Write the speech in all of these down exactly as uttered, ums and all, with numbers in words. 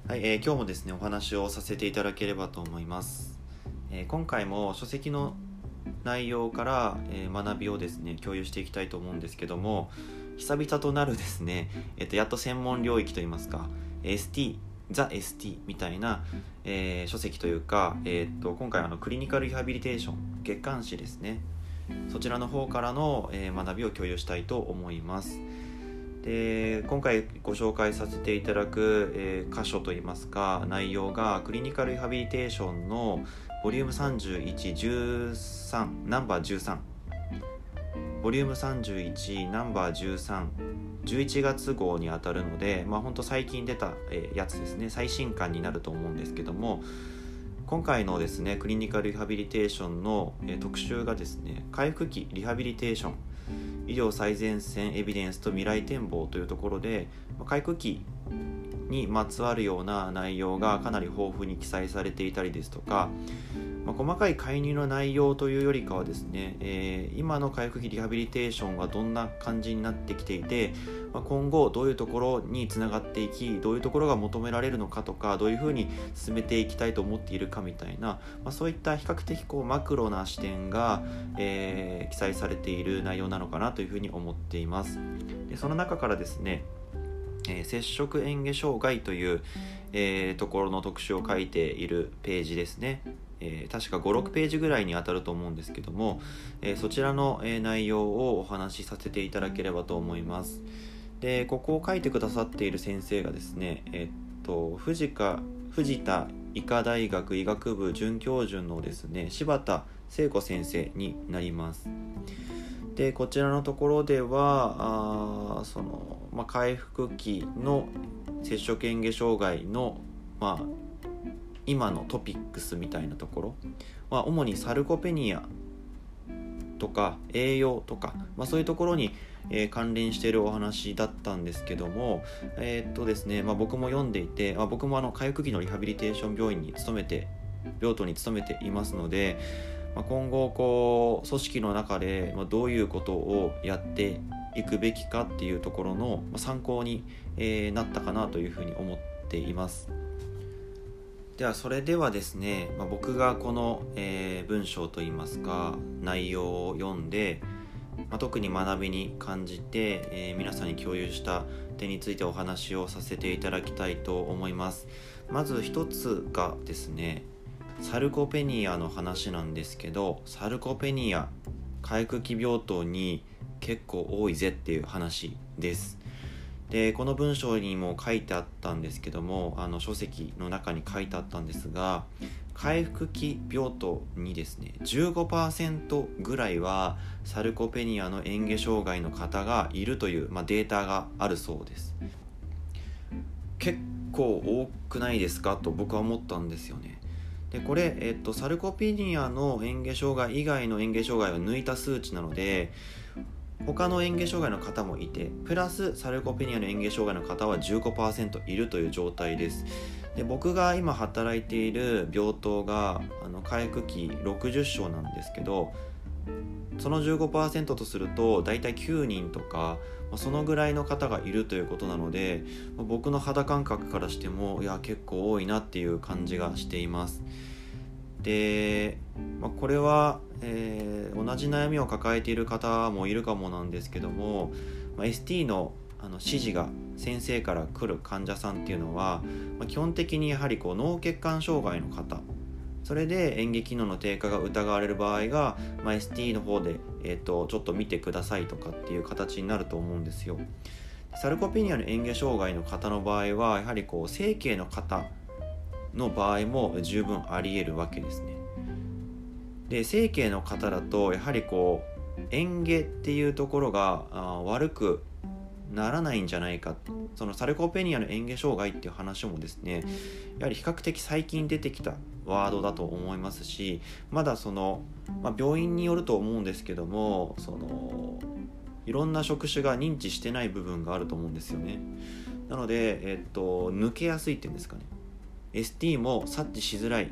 はい、えー今日もですねお話をさせていただければと思います。えー今回も書籍の内容から、えー学びをですね共有していきたいと思うんですけども、久々となるですね、えっとやっと専門領域といいますか エスティー ザ エスティー みたいな、えー書籍というか、えーっと今回はあのクリニカルリハビリテーション月刊誌ですね、そちらの方からの、えー学びを共有したいと思います。で今回ご紹介させていただく、えー箇所といいますか内容がクリニカルリハビリテーションのボリュームさんじゅういち、じゅうさんナンバーじゅうさんボリュームさんじゅういちナンバーじゅうさん じゅういちがつ号にあたるので、まあ本当最近出た、えーやつですね、最新刊になると思うんですけども、今回のですねクリニカルリハビリテーションの、えー特集がですね、回復期リハビリテーション医療最前線エビデンスと未来展望というところで、回復期にまつわるような内容がかなり豊富に記載されていたりですとか、まあ、細かい介入の内容というよりかはですね、えー今の回復期リハビリテーションはどんな感じになってきていて、まあ、今後どういうところにつながっていき、どういうところが求められるのかとか、どういうふうに進めていきたいと思っているかみたいな、まあ、そういった比較的こうマクロな視点が、えー記載されている内容なのかなというふうに思っています。でその中からですね、えー摂食嚥下障害という、えーところの特集を書いているページですね、えー確かご、ろくページぐらいに当たると思うんですけども、えーそちらの、えー内容をお話しさせていただければと思います。でここを書いてくださっている先生がですね、えーっと藤か藤田医科大学医学部准教授のですね柴田聖子先生になります。でこちらのところではあその、まあ、回復期の摂食嚥下障害の、まあ、今のトピックスみたいなところは、主にサルコペニアとか栄養とか、まあ、そういうところに、えー関連しているお話だったんですけども、えーっとですねまあ、僕も読んでいて、まあ、僕もあの回復期のリハビリテーション病院に勤めて病棟に勤めていますので、まあ、今後こう組織の中でどういうことをやっていくべきかっていうところの参考になったかなというふうに思っています。ではそれではですね、まあ、僕がこの、えー文章といいますか内容を読んで、まあ、特に学びに感じて、えー皆さんに共有した点についてお話をさせていただきたいと思います。まず一つがですね、サルコペニアの話なんですけど、サルコペニア回復期病棟に結構多いぜっていう話です。でこの文章にも書いてあったんですけども、あの書籍の中に書いてあったんですが、回復期病棟にですね じゅうごパーセント ぐらいはサルコペニアの嚥下障害の方がいるという、まあ、データがあるそうです。結構多くないですかと僕は思ったんですよね。でこれ、えっと、サルコペニアの嚥下障害以外の嚥下障害を抜いた数値なので、他の嚥下障害の方もいて、プラスサルコペニアの嚥下障害の方は じゅうごパーセント いるという状態です。で僕が今働いている病棟があの回復期ろくじゅっしょうなんですけど、その じゅうごパーセント とするとだいたいきゅうにんとか、そのぐらいの方がいるということなので、僕の肌感覚からしてもいや結構多いなっていう感じがしています。で、まあ、これは、えー同じ悩みを抱えている方もいるかもなんですけども、まあ、エスティー の, あの指示が先生から来る患者さんっていうのは、まあ、基本的にやはりこう脳血管障害の方、それで嚥下機能の低下が疑われる場合が、まあ、エスティー の方で、えー、とちょっと見てくださいとかっていう形になると思うんですよ。サルコペニアの嚥下障害の方の場合はやはりこう整形の方の場合も十分あり得るわけですね。で整形の方だとやはりこう嚥下っていうところがあ悪くならないんじゃないか、そのサルコペニアの嚥下障害っていう話もですね、やはり比較的最近出てきたワードだと思いますし、まだその、まあ、病院によると思うんですけども、そのいろんな職種が認知してない部分があると思うんですよね。なので、えっと、抜けやすいっていうんですかね、エスティー も察知しづらい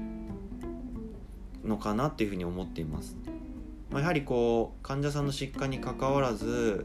のかなっていうふうに思っています。まあ、やはりこう患者さんの疾患に関わらず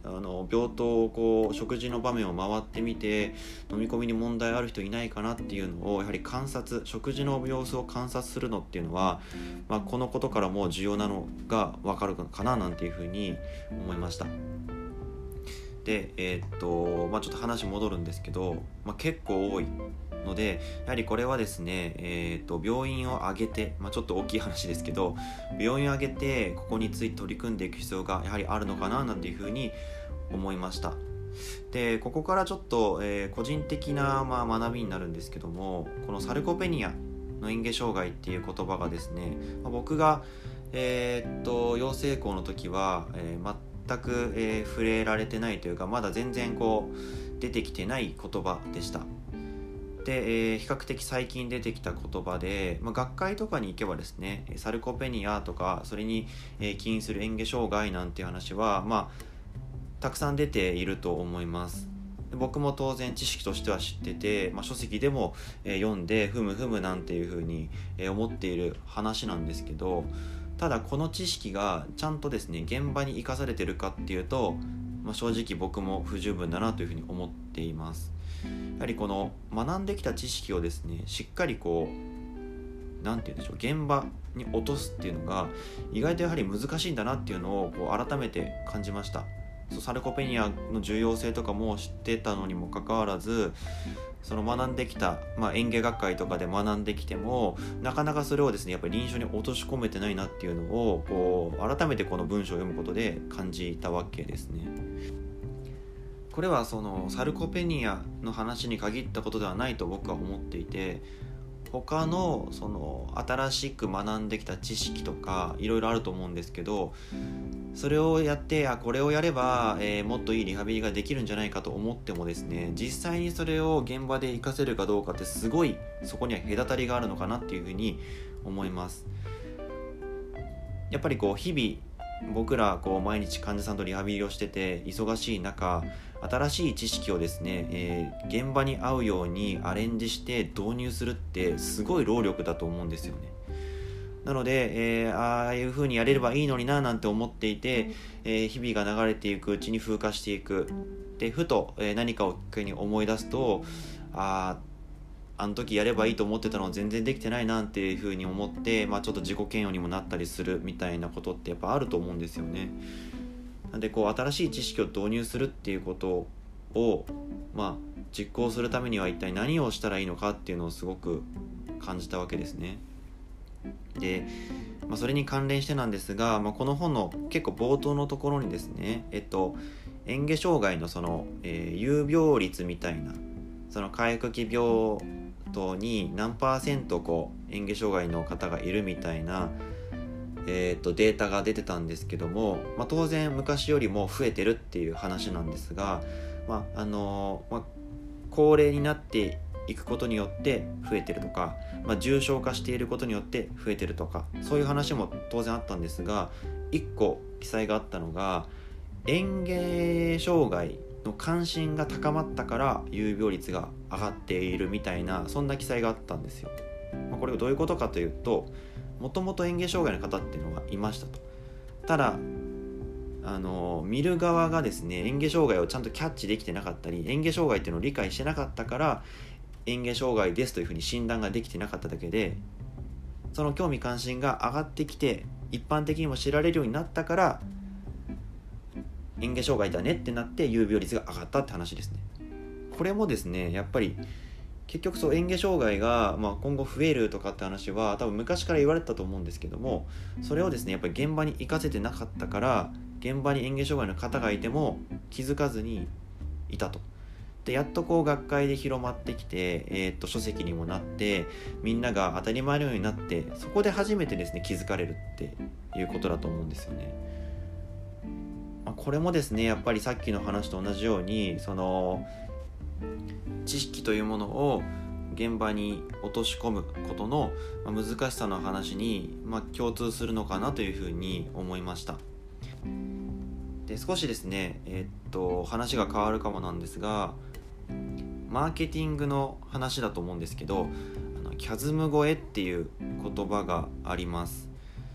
あの病棟をこう食事の場面を回ってみて、飲み込みに問題ある人いないかなっていうのをやはり観察、食事の様子を観察するのっていうのは、まあ、このことからも重要なのが分かるかななんていうふうに思いました。で、えーっとまあ、ちょっと話戻るんですけど、まあ、結構多いので、やはりこれはですね、えー、と病院を挙げて、まあ、ちょっと大きい話ですけど、病院を挙げてここについて取り組んでいく必要がやはりあるのかななんていうふうに思いました。で、ここからちょっと、えー、個人的な、まあ、学びになるんですけども、このサルコペニアの嚥下障害っていう言葉がですね、まあ、僕が、えー、っと養成校の時は、えー、全く、えー、触れられてないというか、まだ全然こう出てきてない言葉でした。で、えー、比較的最近出てきた言葉で、まあ、学会とかに行けばですね、サルコペニアとかそれに、えー、起因する嚥下障害なんていう話は、まあ、たくさん出ていると思います。で、僕も当然知識としては知ってて、まあ、書籍でも、えー、読んでふむふむなんていうふうに、えー、思っている話なんですけど、ただこの知識がちゃんとですね現場に生かされてるかっていうと、まあ、正直僕も不十分だなというふうに思っています。やはりこの学んできた知識をですねしっかりこうなんて言うんでしょう、現場に落とすっていうのが意外とやはり難しいんだなっていうのをこう改めて感じました。そう、サルコペニアの重要性とかも知ってたのにもかかわらず、その学んできた、まあ、園芸学会とかで学んできてもなかなかそれをですねやっぱり臨床に落とし込めてないなっていうのをこう改めてこの文章を読むことで感じたわけですね。これはそのサルコペニアの話に限ったことではないと僕は思っていて、他のその新しく学んできた知識とかいろいろあると思うんですけど、それをやってあこれをやれば、えー、もっといいリハビリができるんじゃないかと思ってもですね、実際にそれを現場で活かせるかどうかってすごいそこには隔たりがあるのかなっていうふうに思います。やっぱりこう日々僕らこう毎日患者さんとリハビリをしてて忙しい中、新しい知識をですね、えー、現場に合うようにアレンジして導入するってすごい労力だと思うんですよね。なので、えー、ああいう風にやれればいいのにななんて思っていて、えー、日々が流れていくうちに風化していく。で、ふと、えー、何かをきっかけに思い出すと、あああの時やればいいと思ってたの全然できてないなっていう風に思って、まあ、ちょっと自己嫌悪にもなったりするみたいなことってやっぱあると思うんですよね。なんでこう新しい知識を導入するっていうことを、まあ、実行するためには一体何をしたらいいのかっていうのをすごく感じたわけですね。で、まあ、それに関連してなんですが、まあ、この本の結構冒頭のところにですね、えっと嚥下障害のその、えー、有病率みたいな、その回復期病棟に何パーセントこう嚥下障害の方がいるみたいな、えー、とデータが出てたんですけども、まあ、当然昔よりも増えてるっていう話なんですが、まああのーまあ、高齢になっていくことによって増えてるとか、まあ、重症化していることによって増えてるとか、そういう話も当然あったんですが、いっこ記載があったのが嚥下障害の関心が高まったから有病率が上がっているみたいな、そんな記載があったんですよ。まあ、これがどういうことかというと、もともと嚥下障害の方っていうのがいましたと。ただあの見る側がですね嚥下障害をちゃんとキャッチできてなかったり、嚥下障害っていうのを理解してなかったから嚥下障害ですというふうに診断ができてなかっただけで、その興味関心が上がってきて一般的にも知られるようになったから嚥下障害だねってなって有病率が上がったって話ですね。これもですねやっぱり結局そう嚥下障害が、まあ、今後増えるとかって話は多分昔から言われてたと思うんですけども、それをですねやっぱり現場に行かせてなかったから、現場に嚥下障害の方がいても気づかずにいたと。でやっとこう学会で広まってきて、えー、っと書籍にもなってみんなが当たり前のようになって、そこで初めてですね気づかれるっていうことだと思うんですよね。まあ、これもですねやっぱりさっきの話と同じように、その知識というものを現場に落とし込むことの難しさの話に、まあ、共通するのかなというふうに思いました。で少しですね、えー、っと話が変わるかもなんですが、マーケティングの話だと思うんですけど、あのキャズム超えっていう言葉があります。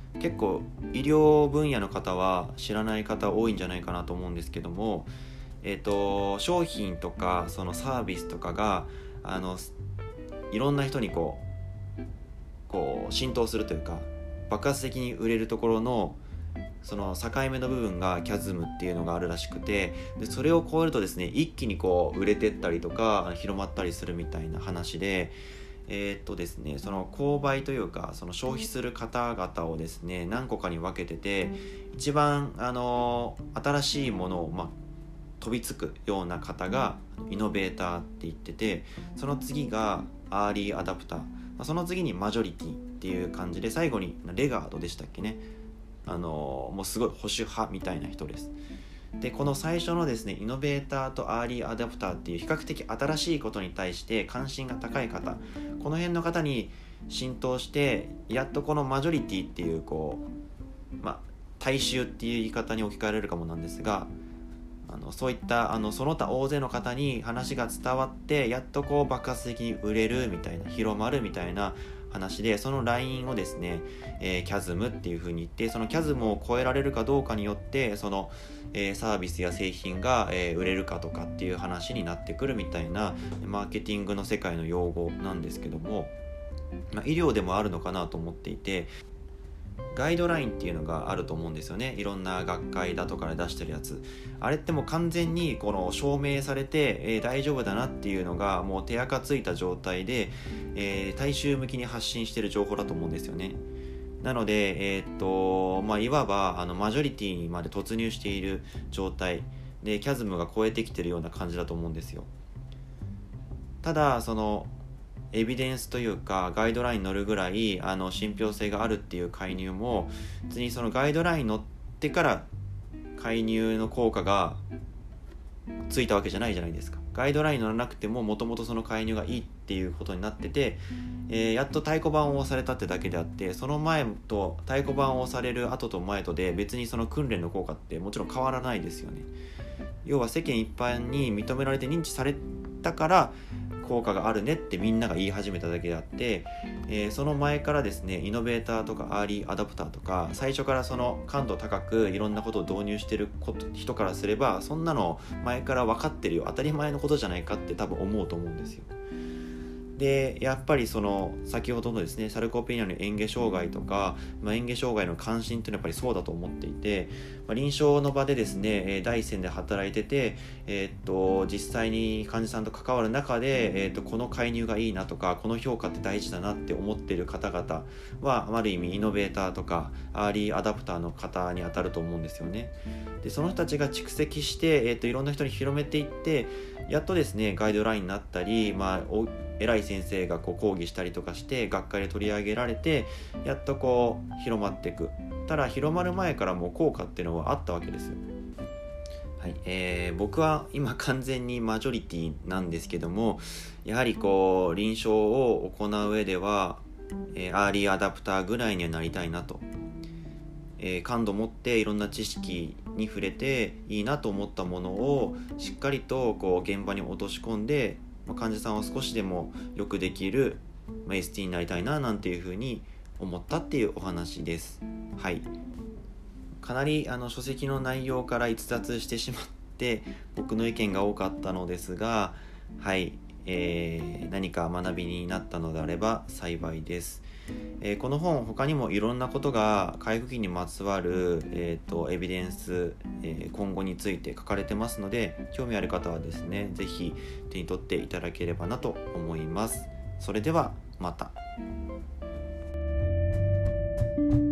結構医療分野の方は知らない方多いんじゃないかなと思うんですけども、えーと、商品とかそのサービスとかがあのいろんな人にこう、こう浸透するというか爆発的に売れるところのその境目の部分がキャズムっていうのがあるらしくて、でそれを超えるとですね一気にこう売れてったりとか広まったりするみたいな話で、えーっとですねその購買というかその消費する方々をですね何個かに分けてて、一番あの新しいものを、まあ、飛びつくような方がイノベーターって言ってて、その次がアーリーアダプター、その次にマジョリティっていう感じで、最後にレガードでしたっけね、あのもうすごい保守派みたいな人です。でこの最初のですねイノベーターとアーリーアダプターっていう比較的新しいことに対して関心が高い方、この辺の方に浸透してやっとこのマジョリティっていうこう、まあ、大衆っていう言い方に置き換えられるかもなんですが、あのそういったあのその他大勢の方に話が伝わってやっとこう爆発的に売れるみたいな、広まるみたいな話で、そのラインをですね、えー、キャズムっていう風に言って、そのキャズムを超えられるかどうかによってその、えー、サービスや製品が、えー、売れるかとかっていう話になってくるみたいなマーケティングの世界の用語なんですけども、まあ、医療でもあるのかなと思っていて、ガイドラインっていうのがあると思うんですよね。いろんな学会だとかで出してるやつ、あれってもう完全にこの証明されて、えー、大丈夫だなっていうのがもう手垢ついた状態で、えー、大衆向きに発信してる情報だと思うんですよね。なので、えーっとまあ、いわばあのマジョリティにまで突入している状態で、キャズムが超えてきてるような感じだと思うんですよ。ただそのエビデンスというかガイドラインに載るぐらいあの信憑性があるっていう介入も、別にそのガイドラインに載ってから介入の効果がついたわけじゃないじゃないですか。ガイドラインに載らなくてももともとその介入がいいっていうことになってて、えー、やっと太鼓判を押されたってだけであって、その前と太鼓判を押される後と前とで別にその訓練の効果ってもちろん変わらないですよね。要は世間一般に認められて認知されたから効果があるねってみんなが言い始めただけであって、えー、その前からですねイノベーターとかアーリーアダプターとか最初からその感度高くいろんなことを導入してる人からすれば、そんなの前から分かってるよ、当たり前のことじゃないかって多分思うと思うんですよ。でやっぱりその先ほどのですねサルコペニアの嚥下障害とか、まあ、嚥下障害の関心っていうのはやっぱりそうだと思っていて、まあ、臨床の場でですね第一線で働いてて、えー、っと実際に患者さんと関わる中で、えー、っとこの介入がいいなとかこの評価って大事だなって思っている方々はある意味イノベーターとかアーリーアダプターの方に当たると思うんですよね。でその人たちが蓄積して、えー、っといろんな人に広めていって、やっとですねガイドラインになったり、まあお偉い先生がこう講義したりとかして学会で取り上げられて、やっとこう広まっていく。ただ広まる前からもう効果っていうのはあったわけですよ。はい、えー、僕は今完全にマジョリティなんですけども、やはりこう臨床を行う上では、えー、アーリーアダプターぐらいにはなりたいなと、えー、感度持っていろんな知識に触れていいなと思ったものをしっかりとこう現場に落とし込んで、患者さんを少しでもよくできる エスティー になりたいななんていうふうに思ったっていうお話です。はい、かなりあの書籍の内容から逸脱してしまって僕の意見が多かったのですが、はい、えー、何か学びになったのであれば幸いです。えー、この本他にもいろんなことが回復期にまつわる、えー、とエビデンス、えー、今後について書かれてますので、興味ある方はですねぜひ手に取っていただければなと思います。それではまた。